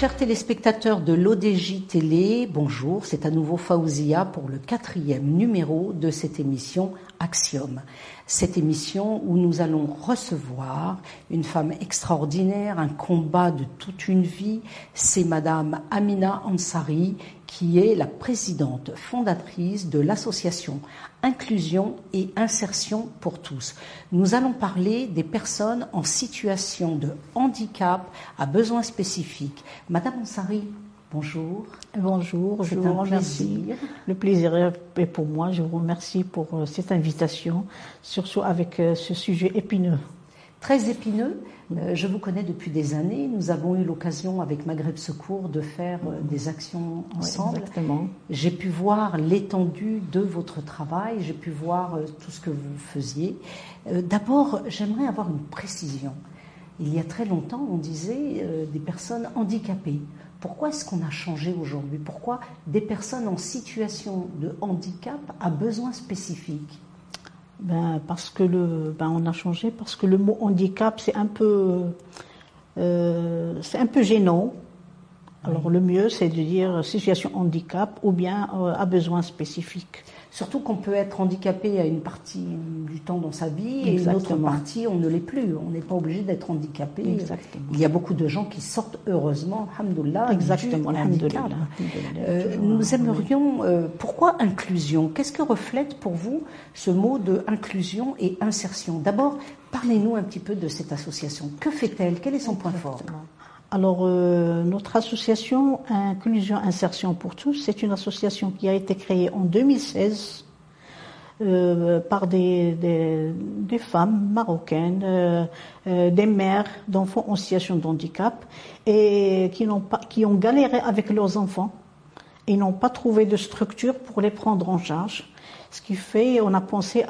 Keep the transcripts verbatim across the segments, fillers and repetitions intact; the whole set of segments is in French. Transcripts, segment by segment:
Chers téléspectateurs de l'O D J Télé, bonjour, c'est à nouveau Faouzia pour le quatrième numéro de cette émission Axiom. Cette émission où nous allons recevoir une femme extraordinaire, un combat de toute une vie, c'est Madame Amina Ansari, qui est la présidente fondatrice de l'association Inclusion et Insertion pour tous. Nous allons parler des personnes en situation de handicap à besoins spécifiques. Madame Ansari, bonjour. Bonjour, je vous remercie. Le plaisir est pour moi. Je vous remercie pour cette invitation, surtout avec ce sujet épineux. Très épineux. Euh, je vous connais depuis des années. Nous avons eu l'occasion avec Maghreb Secours de faire euh, des actions ensemble. Oui, exactement. J'ai pu voir l'étendue de votre travail. J'ai pu voir euh, tout ce que vous faisiez. Euh, D'abord, j'aimerais avoir une précision. Il y a très longtemps, on disait euh, des personnes handicapées. Pourquoi est-ce qu'on a changé aujourd'hui? Pourquoi des personnes en situation de handicap à besoins spécifiques? Ben, parce que le, ben, on a changé parce que le mot handicap c'est un peu, euh, c'est un peu gênant. Alors oui. Le mieux c'est de dire situation handicap ou bien euh, à besoins spécifiques. Surtout qu'on peut être handicapé à une partie du temps dans sa vie et Exactement. une autre partie on ne l'est plus. On n'est pas obligé d'être handicapé. Exactement. Il y a beaucoup de gens qui sortent heureusement, alhamdoulilah, Exactement, du handicap. Euh, nous aimerions, euh, pourquoi inclusion? Qu'est-ce que reflète pour vous ce mot de inclusion et insertion? D'abord, parlez-nous un petit peu de cette association. Que fait-elle? Quel est son point fort? Alors, euh, notre association Inclusion Insertion pour tous, c'est une association qui a été créée en deux mille seize euh, par des, des, des femmes marocaines, euh, euh, des mères d'enfants en situation de handicap et qui, n'ont pas, qui ont galéré avec leurs enfants et n'ont pas trouvé de structure pour les prendre en charge. Ce qui fait, on a pensé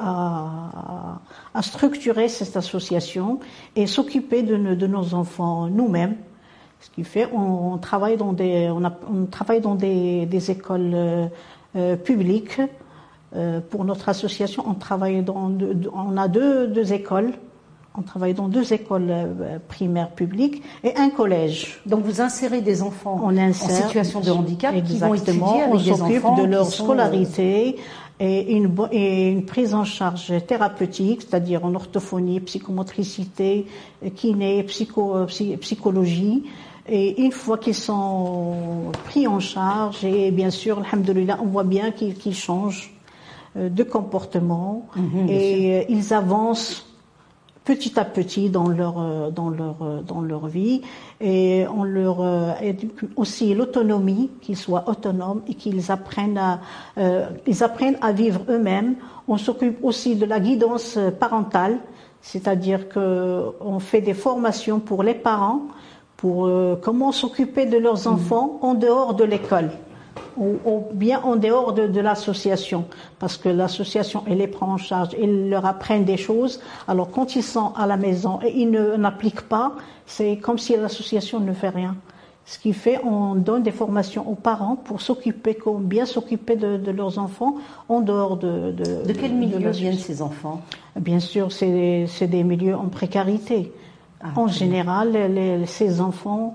à, à structurer cette association et s'occuper de, de nos enfants nous-mêmes. Ce qui fait, on, on travaille dans des, on, a, on travaille dans des, des écoles euh, euh, publiques. Euh, pour notre association, on travaille dans, deux, on a deux, deux écoles. On travaille dans deux écoles euh, primaires publiques et un collège. Donc vous insérez des enfants on insère, en situation de handicap exactement, qui vont étudier avec on des s'occupe enfants de leur sont, scolarité euh... et, une, et une prise en charge thérapeutique, c'est-à-dire en orthophonie, psychomotricité, kiné, psycho, psy, psychologie. Et une fois qu'ils sont pris en charge, et bien sûr, alhamdoulilah, on voit bien qu'ils, qu'ils changent de comportement mmh, et ils avancent petit à petit dans leur dans leur dans leur vie et on leur éduque aussi l'autonomie, qu'ils soient autonomes et qu'ils apprennent à euh, ils apprennent à vivre eux-mêmes. On s'occupe aussi de la guidance parentale, c'est-à-dire que on fait des formations pour les parents pour euh, comment s'occuper de leurs enfants en dehors de l'école ou, ou bien en dehors de, de l'association, parce que l'association elle les prend en charge, ils leur apprennent des choses. Alors quand ils sont à la maison et ils ne n'appliquent pas, c'est comme si l'association ne fait rien. Ce qui fait, on donne des formations aux parents pour s'occuper, bien s'occuper de, de leurs enfants en dehors de. De, de quel milieu viennent ces enfants? Bien sûr, c'est, c'est des milieux en précarité. Ah, en général, les, ces enfants,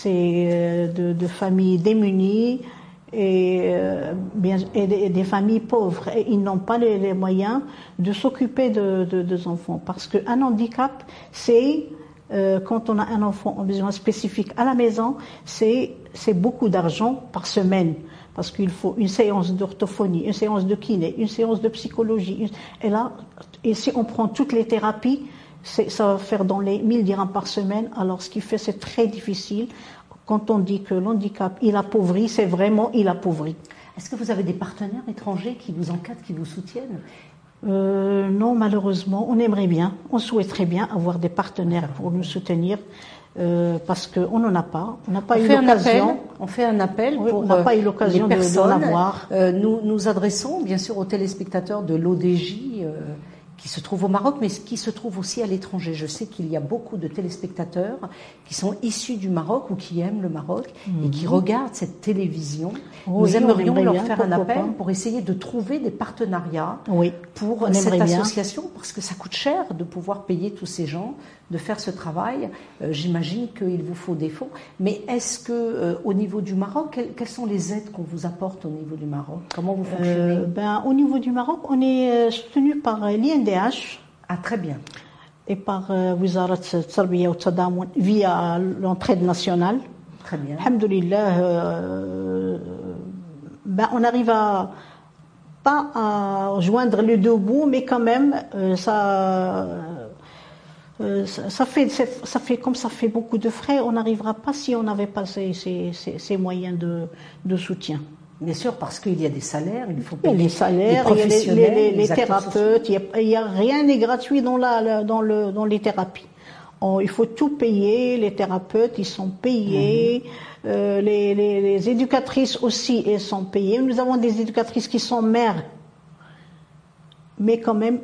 c'est de, de familles démunies et, euh, bien, et, des, et des familles pauvres. Et ils n'ont pas les, les moyens de s'occuper de, de, de enfants. Parce qu'un handicap, c'est, euh, quand on a un enfant en besoin spécifique à la maison, c'est, c'est beaucoup d'argent par semaine. Parce qu'il faut une séance d'orthophonie, une séance de kiné, une séance de psychologie. Une, et là, et si on prend toutes les thérapies, C'est, ça va faire dans les mille dirhams par semaine. Alors, ce qui fait, c'est très difficile. Quand on dit que l'handicap, il appauvrit, c'est vraiment, il appauvrit. Est-ce que vous avez des partenaires étrangers qui vous encadrent, qui vous soutiennent? euh, Non, malheureusement. On aimerait bien, on souhaiterait bien avoir des partenaires pour nous soutenir. Euh, parce qu'on n'en a pas, on n'a pas on eu l'occasion. Appel, on fait un appel oui, pour on n'a pas eu l'occasion de, d'en avoir. Euh, nous nous adressons bien sûr aux téléspectateurs de l'O D J euh, qui se trouve au Maroc, mais qui se trouve aussi à l'étranger. Je sais qu'il y a beaucoup de téléspectateurs qui sont issus du Maroc ou qui aiment le Maroc mmh. et qui regardent cette télévision. Oui, Nous aimerions leur bien, faire un appel pas. pour essayer de trouver des partenariats oui. pour on cette association, bien. parce que ça coûte cher de pouvoir payer tous ces gens, de faire ce travail. Euh, j'imagine qu'il vous faut des fonds. Mais est-ce que euh, au niveau du Maroc, quelles, quelles sont les aides qu'on vous apporte au niveau du Maroc? Comment vous fonctionnez? euh, ben, Au niveau du Maroc, on est soutenu par l'I N D H. Ah, très bien. Et par euh, Wizarat Tarbiya wa Tadamoun via l'entraide nationale. Très bien. Alhamdoulilah, euh, ben, on arrive à pas à joindre les deux bouts, mais quand même, euh, ça, euh, ça, ça fait, ça fait comme ça fait beaucoup de frais, on n'arrivera pas si on n'avait pas ces, ces, ces moyens de, de soutien. Bien sûr, parce qu'il y a des salaires, il faut payer les salaires, les il y a les, les, les, les thérapeutes, il y a, rien n'est gratuit dans, la, dans, le, dans les thérapies. On, il faut tout payer, les thérapeutes, ils sont payés, mmh. euh, les, les, les éducatrices aussi, elles sont payées. Nous avons des éducatrices qui sont mères, mais quand même,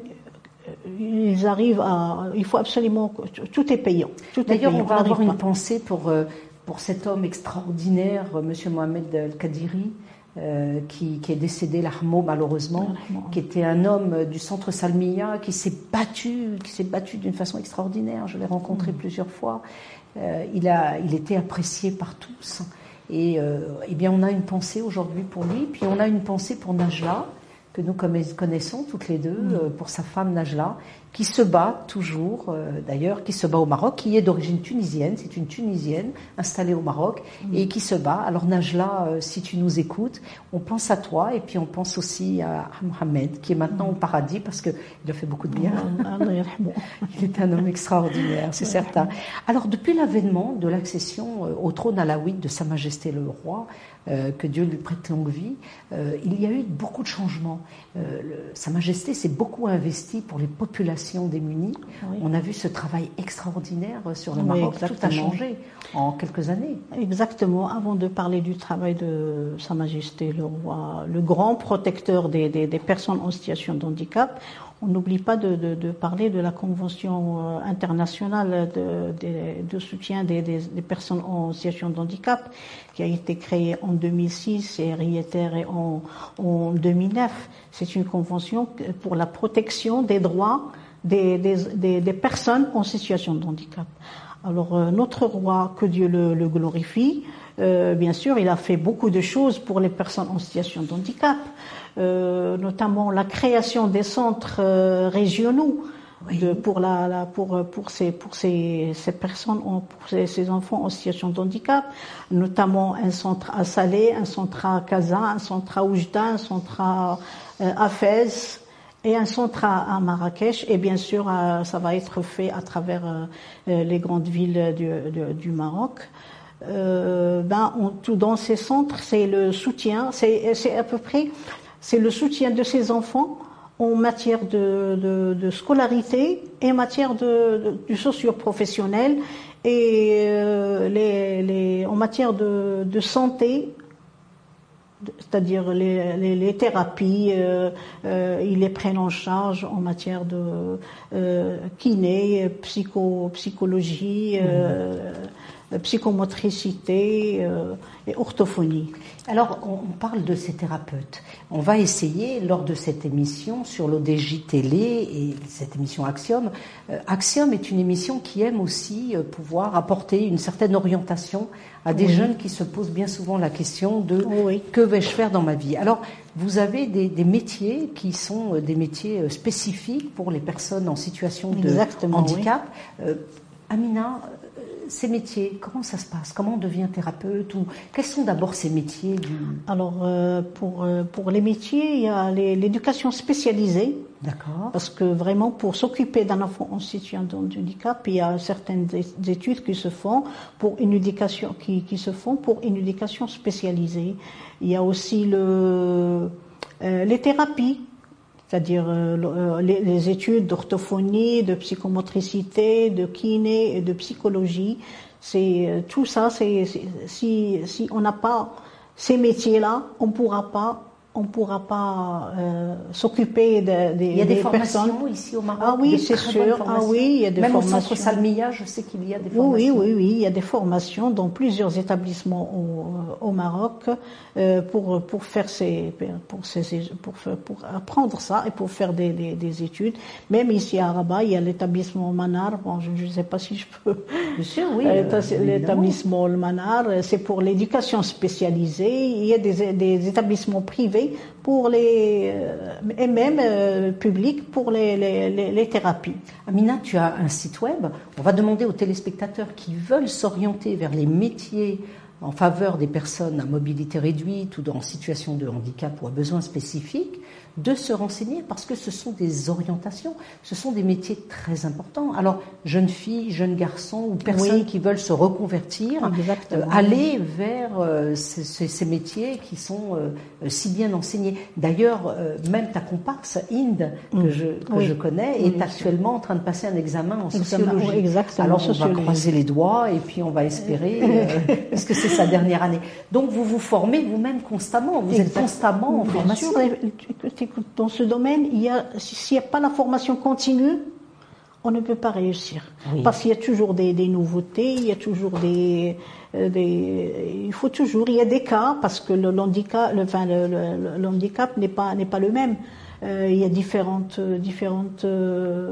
ils arrivent à... Il faut absolument... Tout est payant. D'ailleurs, on va on avoir une pensée pour, pour cet homme extraordinaire, M. Mohamed El-Kadiri, Euh, qui, qui est décédé l'Ahmo malheureusement, qui était un homme du centre Salmiya, qui s'est battu, qui s'est battu d'une façon extraordinaire. Je l'ai rencontré mmh. plusieurs fois. Euh, il a, il était apprécié par tous. Et euh, eh bien, on a une pensée aujourd'hui pour lui. Puis on a une pensée pour Najla, que nous connaissons toutes les deux, mmh. euh, pour sa femme Najla, qui se bat toujours, euh, d'ailleurs, qui se bat au Maroc, qui est d'origine tunisienne, c'est une Tunisienne installée au Maroc, mmh. et qui se bat. Alors Najla, euh, si tu nous écoutes, on pense à toi, et puis on pense aussi à Mohamed, qui est maintenant mmh. au paradis, parce qu'il a fait beaucoup de bien. Mmh. Il est un homme extraordinaire, c'est certain. Alors, depuis l'avènement de l'accession euh, au trône alaouite de Sa Majesté le Roi, euh, que Dieu lui prête longue vie, euh, il y a eu beaucoup de changements. Euh, le, Sa Majesté s'est beaucoup investie pour les populations démunies. Oui. On a vu ce travail extraordinaire sur le Maroc. Oui, tout a changé en quelques années. Exactement. Avant de parler du travail de Sa Majesté le Roi, le grand protecteur des, des, des personnes en situation de handicap, on n'oublie pas de, de, de parler de la Convention internationale de, de, de soutien des, des, des personnes en situation de handicap, qui a été créée en deux mille six et réitérée en, en deux mille neuf. C'est une convention pour la protection des droits des, des, des, des personnes en situation de handicap. Alors, euh, notre roi, que Dieu le, le glorifie, euh, bien sûr, il a fait beaucoup de choses pour les personnes en situation de handicap, euh, notamment la création des centres euh, régionaux oui. de, pour, la, la, pour, pour, ces, pour ces, ces personnes, pour ces, ces enfants en situation de handicap, notamment un centre à Salé, un centre à Casa, un centre à Oujda, un centre à, euh, à Fès, et un centre à, à Marrakech, et bien sûr, euh, ça va être fait à travers euh, les grandes villes du, du, du Maroc. Euh, ben, on, tout dans ces centres, c'est le soutien, c'est, c'est à peu près, c'est le soutien de ces enfants en matière de, de, de scolarité et en matière de, de, du socio-professionnel et euh, les, les, en matière de, de santé. C'est-à-dire les, les, les thérapies, euh, euh, ils les prennent en charge en matière de euh, kiné, psycho, psychologie, euh, mmh. psychomotricité euh, et orthophonie. Alors, on, on parle de ces thérapeutes. On va essayer, lors de cette émission sur l'O D J Télé et cette émission Axiom, euh, Axiom est une émission qui aime aussi euh, pouvoir apporter une certaine orientation à des oui. jeunes qui se posent bien souvent la question de oui. que vais-je faire dans ma vie. Alors, vous avez des, des métiers qui sont des métiers spécifiques pour les personnes en situation de Exactement, handicap. Oui. Euh, Amina, ces métiers, comment ça se passe? Comment on devient thérapeute ou quels sont d'abord ces métiers du... Alors, euh, pour, pour les métiers, il y a les, l'éducation spécialisée. D'accord. Parce que vraiment, pour s'occuper d'un enfant en situation de handicap, il y a certaines études qui se font pour une éducation, qui, qui se font pour une éducation spécialisée. Il y a aussi le, euh, les thérapies. C'est-à-dire euh, les, les études d'orthophonie, de psychomotricité, de kiné et de psychologie. C'est tout ça. C'est, c'est si si on n'a pas ces métiers-là, on ne pourra pas on ne pourra pas euh, s'occuper de, de, il y a des, des formations personnes. ici au Maroc. Ah oui, c'est sûr. Ah oui, il y a des Même formations. au centre Salmiya, je sais qu'il y a des formations. Oui, oui, oui, il y a des formations dans plusieurs établissements au, au Maroc euh, pour pour faire ces pour ces pour pour apprendre ça et pour faire des, des, des études. Même ici à Rabat, il y a l'établissement Manar. Bon, je ne sais pas si je peux. Bien sûr, oui. Euh, l'établissement Le Manar, c'est pour l'éducation spécialisée. Il y a des, des établissements privés pour les euh, et même euh, publics pour les, les, les, les thérapies. Amina, tu as un site web. On va demander aux téléspectateurs qui veulent s'orienter vers les métiers en faveur des personnes à mobilité réduite ou en situation de handicap ou à besoins spécifiques de se renseigner parce que ce sont des orientations, ce sont des métiers très importants. Alors, jeunes filles, jeunes garçons ou personnes oui. qui veulent se reconvertir, euh, aller vers euh, ces, ces, ces métiers qui sont euh, si bien enseignés. D'ailleurs, euh, même ta comparse, Inde, que, mmh. je, que oui. je connais, oui, est actuellement en train de passer un examen en sociologie. Oui, exactement. Alors, on sociologie. va croiser les doigts et puis on va espérer, euh, parce que c'est sa dernière année. Donc, vous vous formez vous-même constamment, vous exact. êtes constamment en bien formation. Sûr, dans ce domaine, il y a, s'il n'y a pas la formation continue, on ne peut pas réussir. Oui. Parce qu'il y a toujours des, des nouveautés, il y a toujours des, des, il faut toujours, il y a des cas parce que le, handicap, le, enfin, le, le, le handicap n'est pas n'est pas le même. Euh, il y a différentes différentes euh,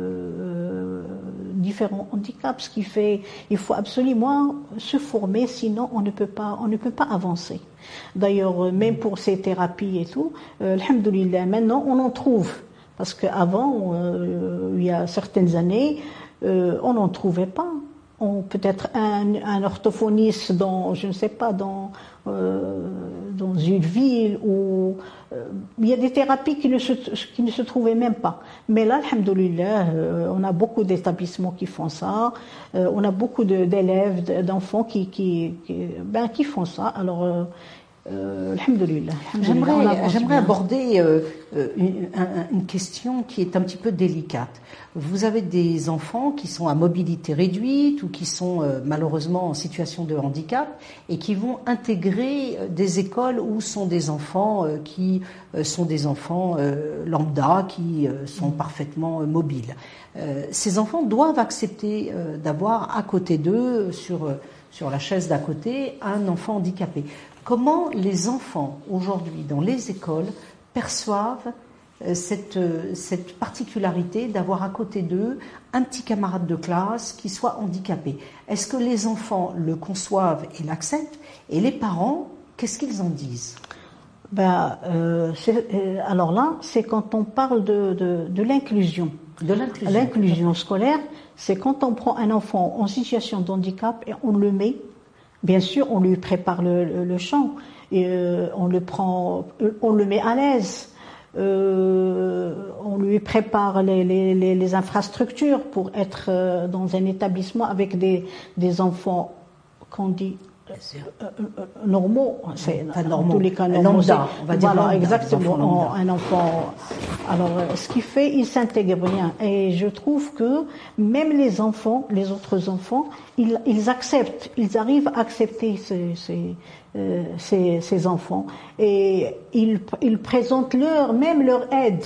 euh, différents handicaps, ce qui fait, il faut absolument se former, sinon on ne peut pas on ne peut pas avancer. D'ailleurs, même pour ces thérapies et tout, euh, alhamdoulilah, maintenant on en trouve. Parce qu'avant, euh, il y a certaines années, euh, on n'en trouvait pas. On, peut-être un, un orthophoniste dans, je ne sais pas, dans, euh, dans une ville où euh, il y a des thérapies qui ne se, qui ne se trouvaient même pas. Mais là, alhamdoulilah, euh, on a beaucoup d'établissements qui font ça. Euh, on a beaucoup de, d'élèves, d'enfants qui, qui, qui, ben, qui font ça. Alors, euh, Euh, alhamdoulilah. J'aimerais, j'aimerais aborder euh, une, une question qui est un petit peu délicate. Vous avez des enfants qui sont à mobilité réduite ou qui sont euh, malheureusement en situation de handicap et qui vont intégrer des écoles où sont des enfants euh, qui euh, sont des enfants euh, lambda, qui euh, sont parfaitement euh, mobiles. Euh, ces enfants doivent accepter euh, d'avoir à côté d'eux, sur, euh, sur la chaise d'à côté, un enfant handicapé. Comment les enfants, aujourd'hui, dans les écoles, perçoivent cette, cette particularité d'avoir à côté d'eux un petit camarade de classe qui soit handicapé? Est-ce que les enfants le conçoivent et l'acceptent? Et les parents, qu'est-ce qu'ils en disent? Ben, euh, c'est, euh, alors là, c'est quand on parle de, de, de l'inclusion. De l'inclusion. L'inclusion scolaire, c'est quand on prend un enfant en situation de handicap et on le met. Bien sûr, on lui prépare le, le, le chant, et euh, on le prend, on le met à l'aise, euh, on lui prépare les, les, les, les infrastructures pour être euh, dans un établissement avec des, des enfants qu'on dit euh, euh, normaux, c'est pas dans tous les cas normaux. Lambda, on va dire voilà, lambda, exactement, un enfant. Alors, ce qui fait, il s'intègre bien. Et je trouve que même les enfants, les autres enfants, ils, ils acceptent, ils arrivent à accepter ces, ces, euh, ces, ces enfants. Et ils, ils présentent leur, même leur aide.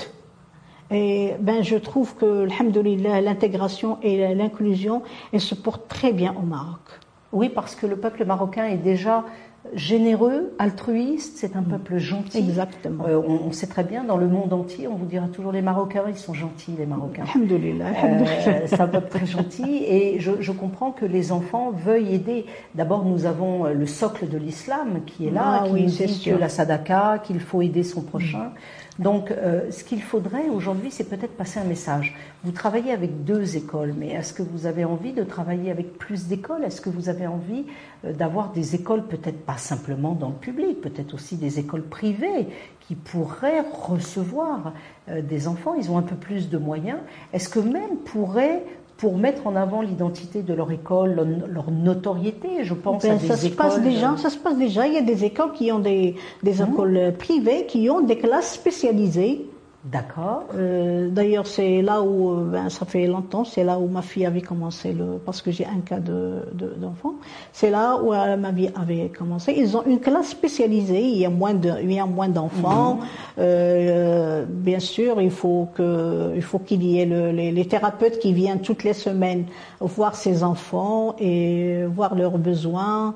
Et ben, je trouve que, alhamdoulilah, l'intégration et l'inclusion, elles se portent très bien au Maroc. Oui, parce que le peuple marocain est déjà généreux, altruiste, c'est un peuple gentil. Exactement. Euh, on, on sait très bien, dans le monde entier, on vous dira toujours les Marocains, ils sont gentils, les Marocains. Alhamdoulilah. Euh, c'est un peuple très gentil et je, je comprends que les enfants veuillent aider. D'abord, nous avons le socle de l'islam qui est là, ah, qui oui, nous dit que la sadaka, qu'il faut aider son prochain. Mmh. Donc, euh, ce qu'il faudrait aujourd'hui, c'est peut-être passer un message. Vous travaillez avec deux écoles, mais est-ce que vous avez envie de travailler avec plus d'écoles? Est-ce que vous avez envie euh, d'avoir des écoles, peut-être pas simplement dans le public, peut-être aussi des écoles privées qui pourraient recevoir euh, des enfants? Ils ont un peu plus de moyens. Est-ce que même pourraient, pour mettre en avant l'identité de leur école, leur, leur notoriété, je pense ben, à des ça écoles... Se passe déjà, ça se passe déjà. Il y a des écoles qui ont des, des mmh. écoles privées qui ont des classes spécialisées D'accord. Euh, d'ailleurs, c'est là où, euh, ben, ça fait longtemps, c'est là où ma fille avait commencé, le, parce que j'ai un cas de, de, d'enfant, c'est là où euh, ma vie avait commencé. Ils ont une classe spécialisée, il y a moins, de, il y a moins d'enfants. Mm-hmm. euh, bien sûr, il faut, que, il faut qu'il y ait le, les, les thérapeutes qui viennent toutes les semaines voir ces enfants et voir leurs besoins,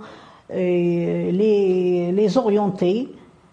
et les, les orienter.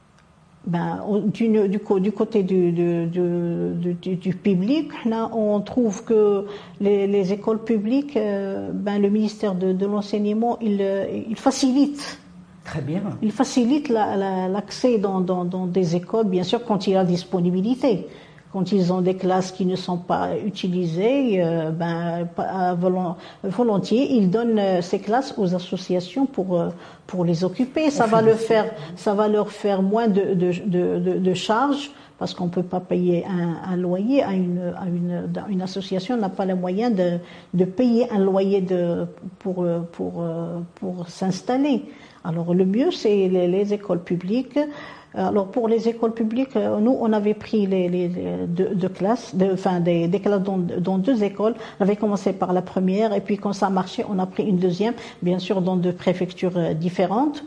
Ben, du, du, du côté du, du, du, du, du public, là, on trouve que les, les écoles publiques, euh, ben, le ministère de, de l'enseignement, il, il facilite. Très bien. Il facilite la, la, l'accès dans, dans, dans des écoles, bien sûr, quand il y a disponibilité. Quand ils ont des classes qui ne sont pas utilisées, euh, ben, volontiers, ils donnent ces classes aux associations pour, pour les occuper. Ça va, le faire, ça va leur faire moins de, de, de, de, de charges, parce qu'on ne peut pas payer un, un loyer à une, à une, une association, n'a pas les moyens de, de payer un loyer de, pour, pour, pour s'installer. Alors le mieux, c'est les, les écoles publiques. Alors pour les écoles publiques, nous on avait pris les, les, les deux, deux classes, de, enfin des, des classes dans, dans deux écoles. On avait commencé par la première et puis quand ça marchait, on a pris une deuxième, bien sûr dans deux préfectures différentes.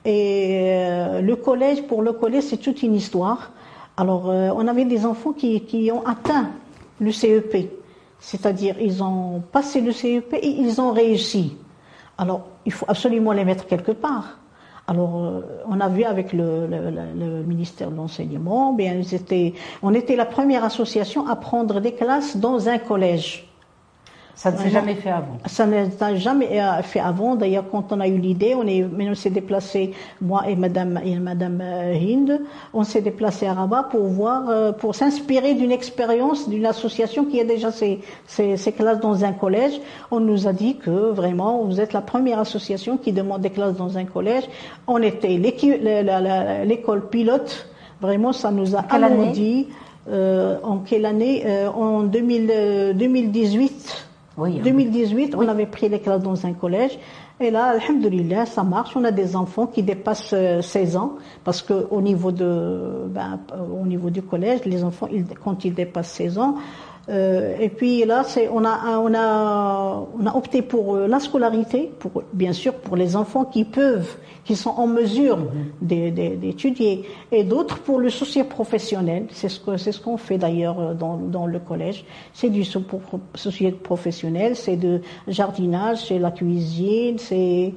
Et euh, le collège, pour le collège, c'est toute une histoire. Alors euh, on avait des enfants qui, qui ont atteint le C E P, c'est-à-dire ils ont passé le C E P et ils ont réussi. Alors il faut absolument les mettre quelque part. Alors, on a vu avec le, le, le ministère de l'Enseignement, bien, ils étaient, on était la première association à prendre des classes dans un collège. Ça ne s'est jamais fait avant. Ça ne s'est jamais fait avant. D'ailleurs, quand on a eu l'idée, on est, on s'est déplacé, moi et Madame et Madame Hind, on s'est déplacé à Rabat pour voir, pour s'inspirer d'une expérience d'une association qui a déjà ses, ses, ses classes dans un collège. On nous a dit que vraiment, vous êtes la première association qui demande des classes dans un collège. On était l'école pilote. Vraiment, ça nous a alourdi. Euh, en quelle année? euh, En deux mille, deux mille dix-huit. Oui, deux mille dix-huit, oui. On avait pris les classes dans un collège. Et là, alhamdoulilah, ça marche. On a des enfants qui dépassent seize ans. Parce que au niveau de, ben, au niveau du collège, les enfants, ils, quand ils dépassent seize ans, euh, et puis là, c'est, on a, on a, on a opté pour la scolarité, pour, bien sûr, pour les enfants qui peuvent, qui sont en mesure mm-hmm. d'étudier, et d'autres pour le socio-professionnel. C'est ce que, c'est ce qu'on fait d'ailleurs dans, dans le collège. C'est du socio-professionnel, c'est de jardinage, c'est la cuisine, c'est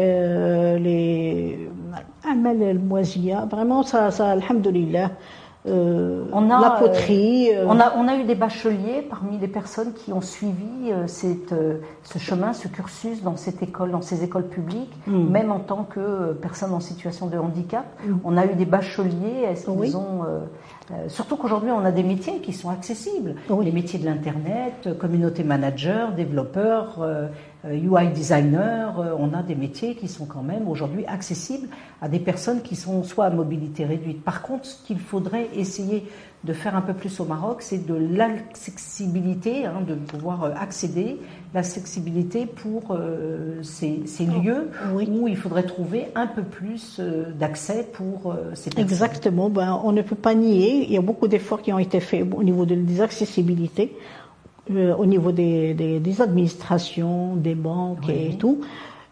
euh, les amal el-moisia. Vraiment, ça, ça, alhamdoulilah. Euh, on a, la poterie. Euh, on, a, on a eu des bacheliers parmi les personnes qui ont suivi euh, cette, euh, ce chemin, ce cursus dans cette école, dans ces écoles publiques, mm. même en tant que euh, personne en situation de handicap. Mm. On a eu des bacheliers. Est-ce qu'ils oui. ont euh, euh, surtout qu'aujourd'hui, on a des métiers qui sont accessibles. Oui. Les métiers de l'internet, communauté manager, développeur. Euh, U I designer, on a des métiers qui sont quand même aujourd'hui accessibles à des personnes qui sont soit à mobilité réduite. Par contre, ce qu'il faudrait essayer de faire un peu plus au Maroc, c'est de l'accessibilité, hein, de pouvoir accéder, l'accessibilité pour euh, ces, ces lieux oui. où il faudrait trouver un peu plus euh, d'accès pour euh, ces personnes. Exactement, ben, on ne peut pas nier, il y a beaucoup d'efforts qui ont été faits au niveau de, des accessibilités. Euh, au niveau des, des, des administrations, des banques oui. et tout.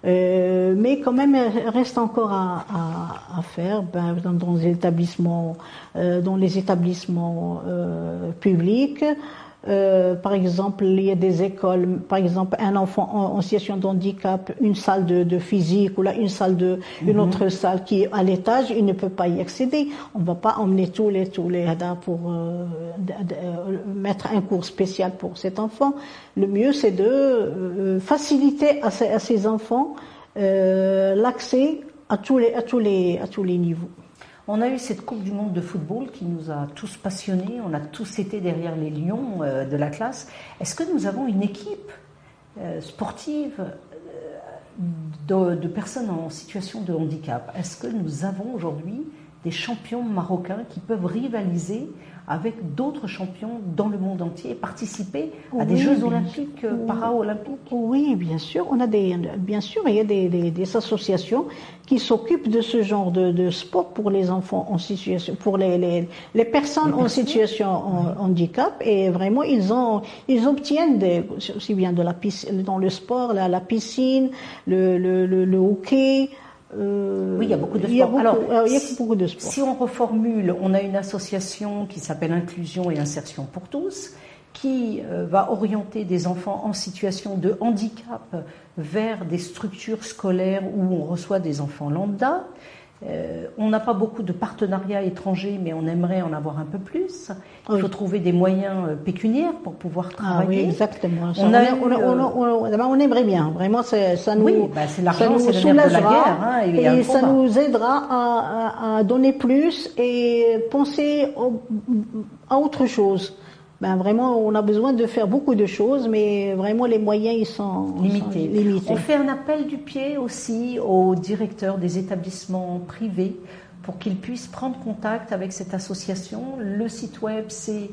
Euh, mais quand même, il reste encore à, à, à faire ben, dans, dans les établissements, euh, dans les établissements euh, publics. Euh, par exemple, il y a des écoles, par exemple, un enfant en, en situation de handicap, une salle de, de physique ou là une salle de, mm-hmm. une autre salle qui est à l'étage, il ne peut pas y accéder. On ne va pas emmener tous les tous les pour euh, de, de, mettre un cours spécial pour cet enfant. Le mieux, c'est de euh, faciliter à ces, à ces enfants euh, l'accès à tous les à tous les à tous les niveaux. On a eu cette Coupe du Monde de football qui nous a tous passionnés, on a tous été derrière les lions euh, de la classe. Est-ce que nous avons une équipe euh, sportive euh, de, de personnes en situation de handicap? Est-ce que nous avons aujourd'hui des champions marocains qui peuvent rivaliser avec d'autres champions dans le monde entier et participer à Oui, des Jeux bien olympiques, sûr. para-olympiques. Oui, bien sûr. On a des, bien sûr, il y a des, des, des associations qui s'occupent de ce genre de, de sport pour les enfants en situation, pour les, les, les personnes Les en personnes. situation en handicap, et vraiment ils ont, ils obtiennent des, aussi bien de la piscine, dans le sport, la, la piscine, le, le, le, le hockey. Euh, Oui, il y a beaucoup de il y a sports. beaucoup, Alors, euh, il y a si- beaucoup de sports. Si on reformule, on a une association qui s'appelle Inclusion et Insertion pour tous, qui euh, va orienter des enfants en situation de handicap vers des structures scolaires où on reçoit des enfants lambda. Euh, on n'a pas beaucoup de partenariats étrangers, mais on aimerait en avoir un peu plus. Il Oui. faut trouver des moyens euh, pécuniaires pour pouvoir Ah oui, travailler. exactement. Ça, On on, a a- eu, on, a- on, a- euh, on, a- on aimerait bien. Vraiment, ça, ça nous, Oui, bah, c'est l'argent, ça nous c'est le nerf de la soulagera guerre, hein, et il y a un et ça combat. nous aidera à, à, à donner plus et penser au- à autre chose. Ben vraiment, on a besoin de faire beaucoup de choses, mais vraiment les moyens ils sont Limité. sont limités. On fait un appel du pied aussi aux directeurs des établissements privés pour qu'ils puissent prendre contact avec cette association. Le site web, c'est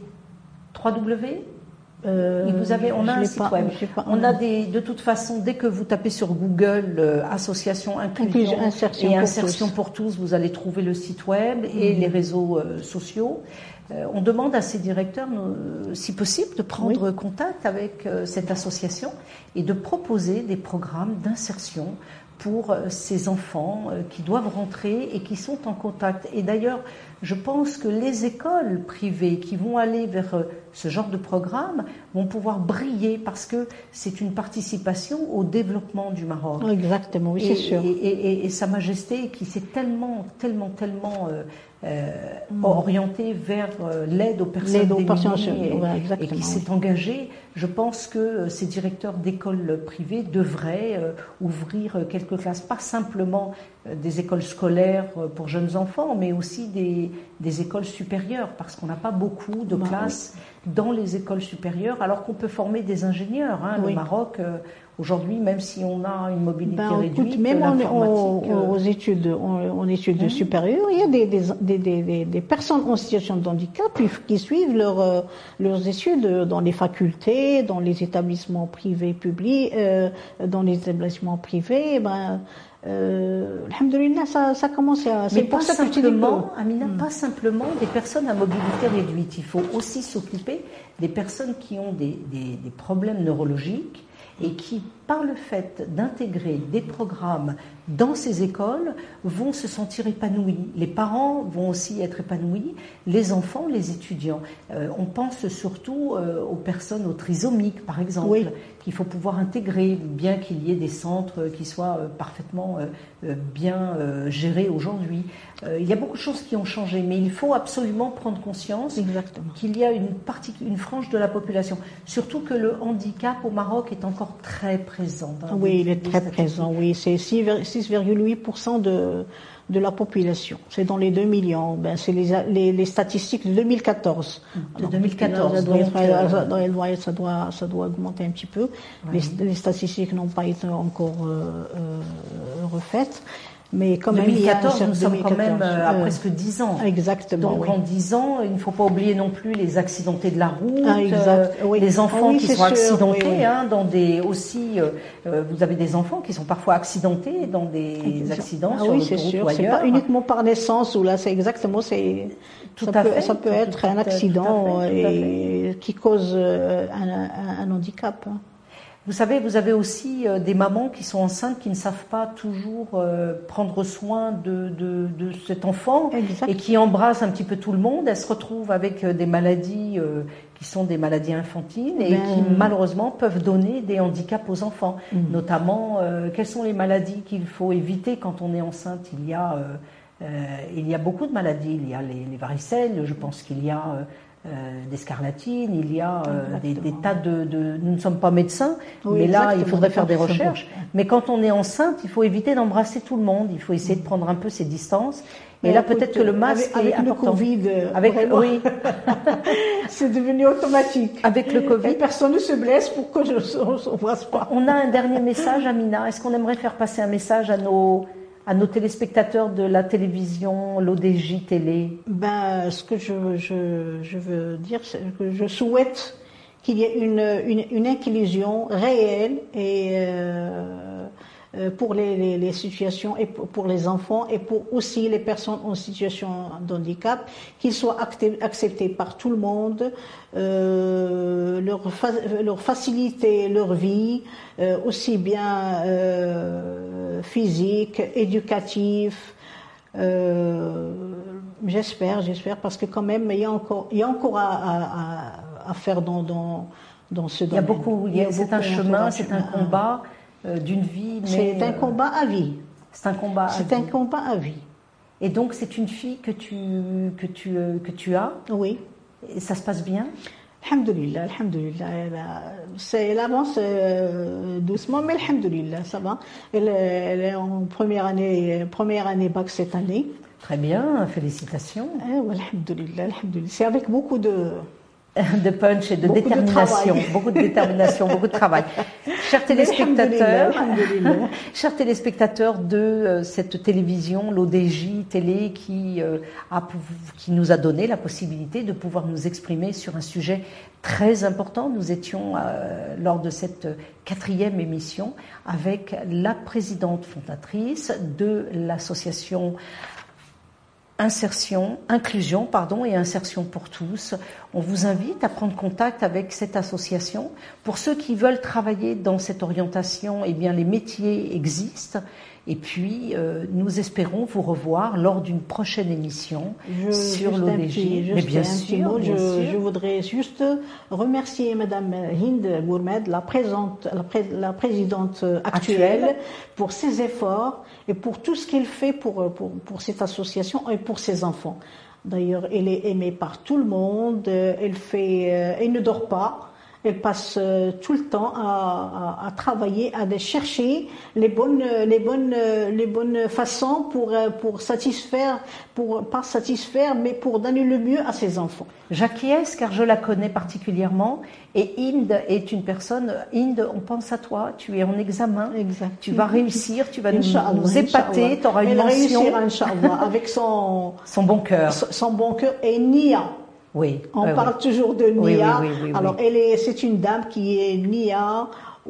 w Euh, Et vous avez, on a je un l'ai site pas- web. j'ai pas- On a des, de toute façon, dès que vous tapez sur Google euh, association inclusion Inclusion, insertion et pour insertion tous. pour tous, vous allez trouver le site web et les réseaux euh, sociaux. Euh, on demande à ces directeurs, euh, si possible, de prendre contact avec euh, cette association et de proposer des programmes d'insertion pour euh, ces enfants euh, qui doivent rentrer et qui sont en contact. Et d'ailleurs, je pense que les écoles privées qui vont aller vers euh, ce genre de programme vont pouvoir briller parce que c'est une participation au développement du Maroc. Exactement, oui, Et, c'est sûr. et, et- et Sa Majesté qui s'est tellement, tellement, tellement euh, euh, orientée vers euh, l'aide aux personnes L'aide aux personnes, démunies et, ouais, et exactement, qui s'est oui. engagée. Je pense que euh, ces directeurs d'écoles privées devraient euh, ouvrir euh, quelques classes, pas simplement euh, des écoles scolaires euh, pour jeunes enfants, mais aussi des, des écoles supérieures, parce qu'on n'a pas beaucoup de Bah, classes dans les écoles supérieures, alors qu'on peut former des ingénieurs. Hein. Oui. Le Maroc, euh, aujourd'hui, même si on a une mobilité Ben, réduite, écoute, même en, l'informatique... en- euh, aux études, en, en études Mhm. supérieures, il y a des, des, des, des, des- des personnes en situation de handicap qui, qui suivent leur, euh, leurs études dans les facultés, dans les établissements privés publics, euh, dans les établissements privés. Ben, euh, alhamdoulilah, ça, ça commence à... Mais C'est pas pour ça que je te dis simplement, que- Amina, pas simplement des personnes à mobilité réduite. Il faut aussi s'occuper des personnes qui ont des, des, des problèmes neurologiques et qui, par le fait d'intégrer des programmes dans ces écoles, vont se sentir épanouis. Les parents vont aussi être épanouis, les enfants, les étudiants. Euh, on pense surtout euh, aux personnes aux trisomiques, par exemple, Oui. qu'il faut pouvoir intégrer, bien qu'il y ait des centres qui soient euh, parfaitement euh, euh, bien euh, gérés aujourd'hui. Euh, il y a beaucoup de choses qui ont changé, mais il faut absolument prendre conscience Exactement. qu'il y a une, partie, une frange de la population, surtout que le handicap au Maroc est encore très présent. dans Oui, les- il est les très statistiques. présent, oui. C'est six virgule huit pour cent de, de la population. C'est dans les deux millions. Ben, c'est les, les, les statistiques de deux mille quatorze. De deux mille quatorze, Ça doit, donc, être- euh, ça doit- elle doit- ça doit, ça doit augmenter un petit peu. Oui. Les, les statistiques n'ont pas été encore euh, euh, refaites. Mais quand même, il y a un deux mille quatorze, certain- nous sommes quand même deux mille quatorze, euh, à euh, presque dix ans. Exactement, Donc oui. en dix ans, il ne faut pas oublier non plus les accidentés de la route, Ah, exact, euh, oui. les enfants Ah oui, qui c'est sont sûr, accidentés, oui, oui. hein, dans des aussi. euh, euh, vous avez des enfants qui sont parfois accidentés dans des accidents Ah sur oui, c'est l'autoroute sûr. ou C'est ailleurs. pas uniquement par naissance ou là, c'est exactement, c'est Tout ça à peut, fait, ça peut tout- être tout- un tout à- accident tout à fait, tout à et qui cause euh, un, un- un handicap. hein. Vous savez, vous avez aussi euh, des mamans qui sont enceintes qui ne savent pas toujours euh, prendre soin de, de, de cet enfant Exact. et qui embrassent un petit peu tout le monde. Elles se retrouvent avec euh, des maladies euh, qui sont des maladies infantines et Ben- qui malheureusement peuvent donner des handicaps aux enfants. Mm. Notamment, euh, quelles sont les maladies qu'il faut éviter quand on est enceinte? Il y a, euh, euh, il y a beaucoup de maladies. Il y a les, les varicelles, je pense qu'il y a... Euh, euh, des scarlatines, il y a euh, des, des tas de, de... Nous ne sommes pas médecins, Oui, mais là, il exactement, faudrait faire des d'accord, c'est recherches. Mais quand on est enceinte, il faut éviter d'embrasser tout le monde. Il faut essayer de prendre un peu ses distances. Et Mais là, écoute, peut-être que le masque avec, est avec le important. Covid, euh, Avec, vraiment, oui, c'est devenu automatique. avec le Et Covid. personne ne se blesse pour que je ne s'embrasse pas. On a un dernier message, Amina. Est-ce qu'on aimerait faire passer un message à nos, à nos téléspectateurs de la télévision, l'O D J Télé? Ben, ce que je, je, je veux dire, c'est que je souhaite qu'il y ait une, une, une inclusion réelle et euh, pour les, les, les situations et pour les enfants et pour aussi les personnes en situation de handicap, qu'ils soient acceptés par tout le monde, euh, leur, fa leur faciliter leur vie, euh, aussi bien euh, physique, éducatif. Euh, j'espère, j'espère, parce que quand même, il y a encore, il y a encore à, à, à faire dans, dans, dans ce domaine. Il y a beaucoup, c'est un chemin, c'est un combat euh, d'une vie. C'est un combat à vie. C'est un combat à vie. C'est un combat à vie. Et donc, c'est une fille que tu, que tu, que tu as? Oui. Et ça se passe bien? Alhamdulillah, alhamdulillah. Elle avance euh, doucement, mais alhamdulillah, ça va. Elle, elle est en première année, première année bac cette année. Très bien, félicitations. Eh, ouais, alhamdulillah, alhamdulillah. C'est avec beaucoup de... de punch et de beaucoup détermination, de beaucoup de détermination, beaucoup de travail. Chers téléspectateurs, chers téléspectateurs de euh, cette télévision, l'O D J Télé, qui, euh, a, qui nous a donné la possibilité de pouvoir nous exprimer sur un sujet très important. Nous étions euh, lors de cette quatrième émission avec la présidente fondatrice de l'association Insertion, inclusion, pardon, et insertion pour tous. On vous invite à prendre contact avec cette association. Pour ceux qui veulent travailler dans cette orientation, eh bien, les métiers existent. Et puis, euh, nous espérons vous revoir lors d'une prochaine émission je, sur l'O D J. Mais bien sûr, bien je, sûr. Je voudrais juste remercier Madame Hind Gourmed, la, présente, la, pré, la présidente actuelle, actuelle, pour ses efforts et pour tout ce qu'elle fait pour, pour, pour cette association et pour ses enfants. D'ailleurs, elle est aimée par tout le monde. Elle fait, elle ne dort pas. Elle passe tout le temps à, à, à travailler, à chercher les bonnes, les bonnes, les bonnes façons pour, pour satisfaire, pour pas satisfaire, mais pour donner le mieux à ses enfants. J'acquiesce car je la connais particulièrement. Et Hind est une personne. Hind, on pense à toi. Tu es en examen. Exact. Tu vas réussir. Tu vas nous, nous épater. Tu auras une Elle mention. Elle réussira, Inch'Allah, avec son son bon cœur. Son bon cœur et Nia. Oui, on oui, parle oui. toujours de Nia. Oui, oui, oui, oui, Alors, oui. elle est, c'est une dame qui est Nia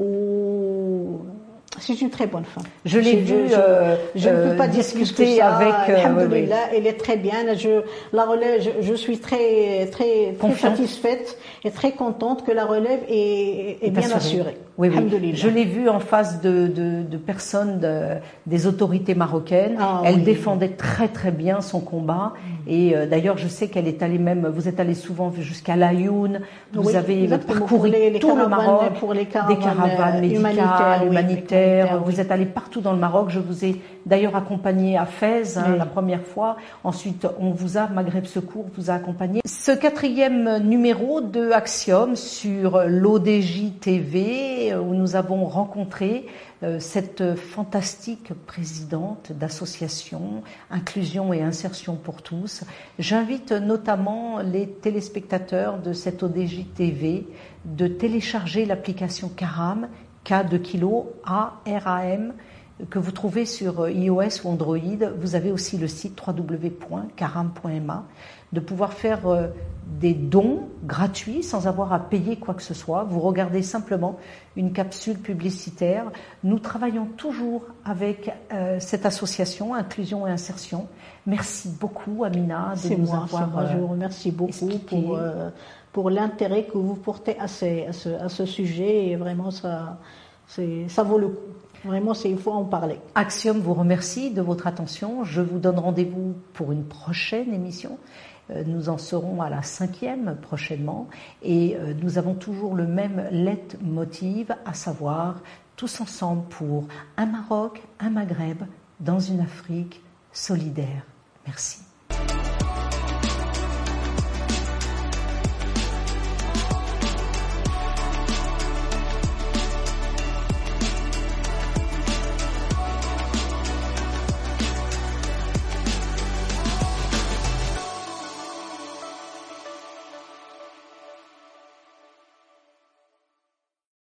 ou c'est une très bonne femme. Je l'ai vue. Je, euh, je ne peux pas discuter dire ça. avec. Euh, Alhamdulillah, oui, oui. elle est très bien. Je la relève. Je, je suis très, très, très satisfaite et très contente que la relève est, est, est bien assurée. assurée. Oui, oui. Je l'ai vue en face de, de, de personnes de, des autorités marocaines. Ah, elle oui. défendait très très bien son combat. Mm. Et euh, d'ailleurs, je sais qu'elle est allée même. Vous êtes allée souvent jusqu'à Laayoune. Vous oui, avez parcouru les, les tout le Maroc, pour les caravanes, des caravanes médicales, humanitaires. humanitaires. Oui, vous oui. êtes allé partout dans le Maroc. Je vous ai d'ailleurs accompagné à Fès hein, oui. la première fois. Ensuite, on vous a Maghreb Secours vous a accompagné. Ce quatrième numéro de Axiom sur l'O D J T V où nous avons rencontré euh, cette fantastique présidente d'association Inclusion et Insertion pour tous. J'invite notamment les téléspectateurs de cette O D J T V de télécharger l'application Karam, K de kilo, A R A M, que vous trouvez sur iOS ou Android. Vous avez aussi le site w w w point karam point m a, de pouvoir faire euh, des dons gratuits sans avoir à payer quoi que ce soit. Vous regardez simplement une capsule publicitaire. Nous travaillons toujours avec euh, cette association Inclusion et Insertion. Merci beaucoup Amina de nous moi, avoir moi, je vous remercie beaucoup expliqué. pour, euh, pour l'intérêt que vous portez à, ces, à, ce, à ce sujet et vraiment ça, ça vaut le coup. Vraiment, il faut en parler. Axiom vous remercie de votre attention. Je vous donne rendez-vous pour une prochaine émission. Nous en serons à la cinquième prochainement et nous avons toujours le même leitmotiv, à savoir tous ensemble pour un Maroc, un Maghreb dans une Afrique solidaire. Merci.